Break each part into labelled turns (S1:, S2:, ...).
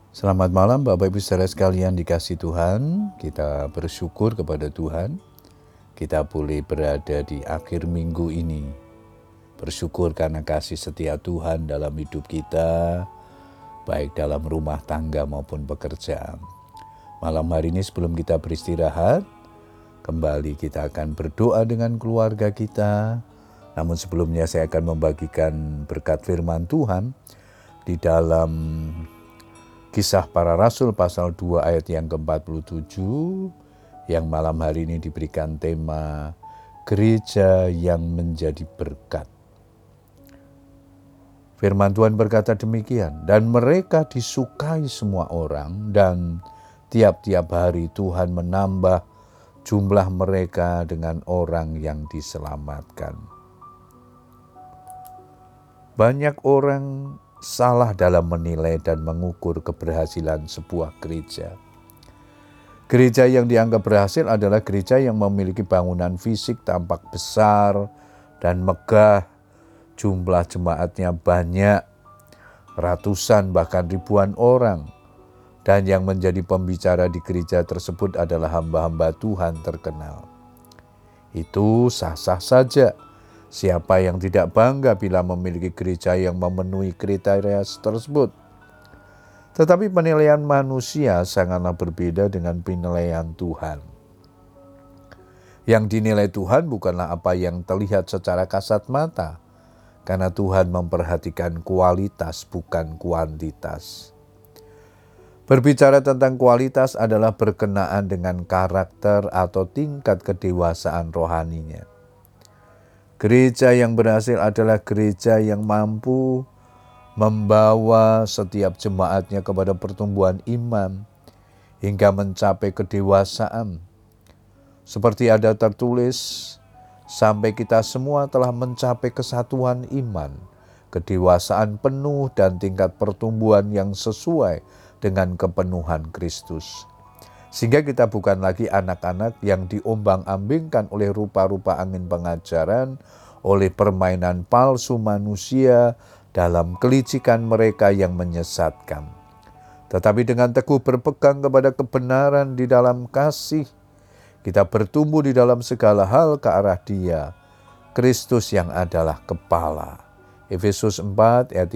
S1: Selamat malam Bapak Ibu saudara sekalian dikasih Tuhan. Kita bersyukur kepada Tuhan. Kita boleh berada di akhir minggu ini. Bersyukur karena kasih setia Tuhan dalam hidup kita, baik dalam rumah tangga maupun pekerjaan. Malam hari ini sebelum kita beristirahat, kembali kita akan berdoa dengan keluarga kita. Namun sebelumnya saya akan membagikan berkat firman Tuhan di dalam Kisah Para Rasul pasal 2 ayat yang ke-47 yang malam hari ini diberikan tema Gereja yang menjadi berkat. Firman Tuhan berkata demikian, dan mereka disukai semua orang dan tiap-tiap hari Tuhan menambah jumlah mereka dengan orang yang diselamatkan. Banyak orang salah dalam menilai dan mengukur keberhasilan sebuah gereja. Gereja yang dianggap berhasil adalah gereja yang memiliki bangunan fisik tampak besar dan megah, jumlah jemaatnya banyak, ratusan bahkan ribuan orang, dan yang menjadi pembicara di gereja tersebut adalah hamba-hamba Tuhan terkenal. Itu sah-sah saja. Siapa yang tidak bangga bila memiliki gereja yang memenuhi kriteria tersebut? Tetapi penilaian manusia sangatlah berbeda dengan penilaian Tuhan. Yang dinilai Tuhan bukanlah apa yang terlihat secara kasat mata, karena Tuhan memperhatikan kualitas bukan kuantitas. Berbicara tentang kualitas adalah berkenaan dengan karakter atau tingkat kedewasaan rohaninya. Gereja yang berhasil adalah gereja yang mampu membawa setiap jemaatnya kepada pertumbuhan iman hingga mencapai kedewasaan. Seperti ada tertulis, sampai kita semua telah mencapai kesatuan iman, kedewasaan penuh dan tingkat pertumbuhan yang sesuai dengan kepenuhan Kristus. Sehingga kita bukan lagi anak-anak yang diombang-ambingkan oleh rupa-rupa angin pengajaran, oleh permainan palsu manusia dalam kelicikan mereka yang menyesatkan. Tetapi dengan teguh berpegang kepada kebenaran di dalam kasih, kita bertumbuh di dalam segala hal ke arah Dia, Kristus yang adalah kepala. Efesus 4 ayat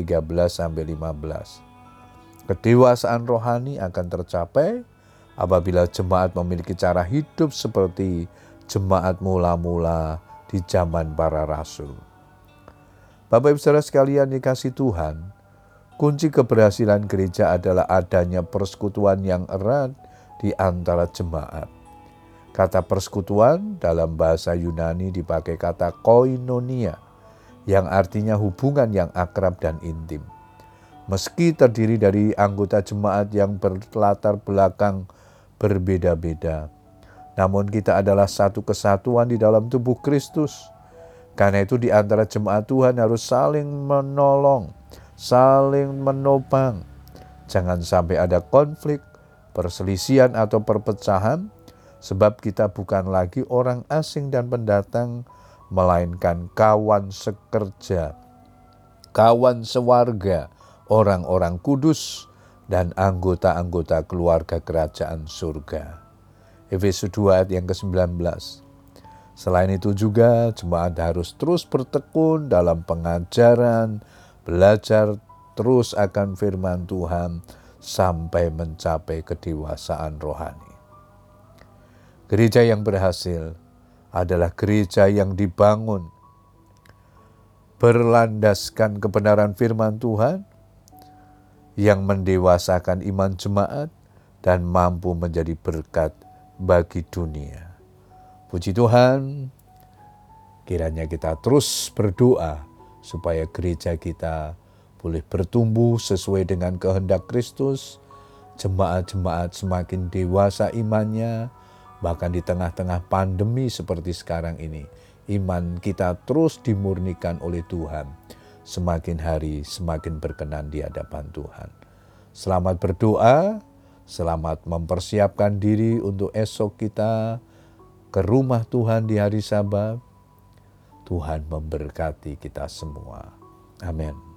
S1: 13-15. Kedewasaan rohani akan tercapai apabila jemaat memiliki cara hidup seperti jemaat mula-mula di zaman para rasul. Bapak Ibu saudara sekalian dikasih Tuhan, kunci keberhasilan gereja adalah adanya persekutuan yang erat di antara jemaat. Kata persekutuan dalam bahasa Yunani dipakai kata koinonia, yang artinya hubungan yang akrab dan intim. Meski terdiri dari anggota jemaat yang berlatar belakang berbeda-beda, namun kita adalah satu kesatuan di dalam tubuh Kristus. Karena itu di antara jemaat Tuhan harus saling menolong, saling menopang. Jangan sampai ada konflik, perselisihan atau perpecahan, sebab kita bukan lagi orang asing dan pendatang, melainkan kawan sekerja, kawan sewarga, orang-orang kudus, dan anggota-anggota keluarga kerajaan surga. Efesus 2 ayat yang ke-19. Selain itu juga jemaat harus terus bertekun dalam pengajaran, belajar terus akan firman Tuhan sampai mencapai kedewasaan rohani. Gereja yang berhasil adalah gereja yang dibangun berlandaskan kebenaran firman Tuhan, yang mendewasakan iman jemaat dan mampu menjadi berkat bagi dunia. Puji Tuhan, kiranya kita terus berdoa supaya gereja kita boleh bertumbuh sesuai dengan kehendak Kristus, jemaat-jemaat semakin dewasa imannya, bahkan di tengah-tengah pandemi seperti sekarang ini, iman kita terus dimurnikan oleh Tuhan. Semakin hari semakin berkenan di hadapan Tuhan. Selamat berdoa, selamat mempersiapkan diri untuk esok kita ke rumah Tuhan di hari Sabat. Tuhan memberkati kita semua. Amin.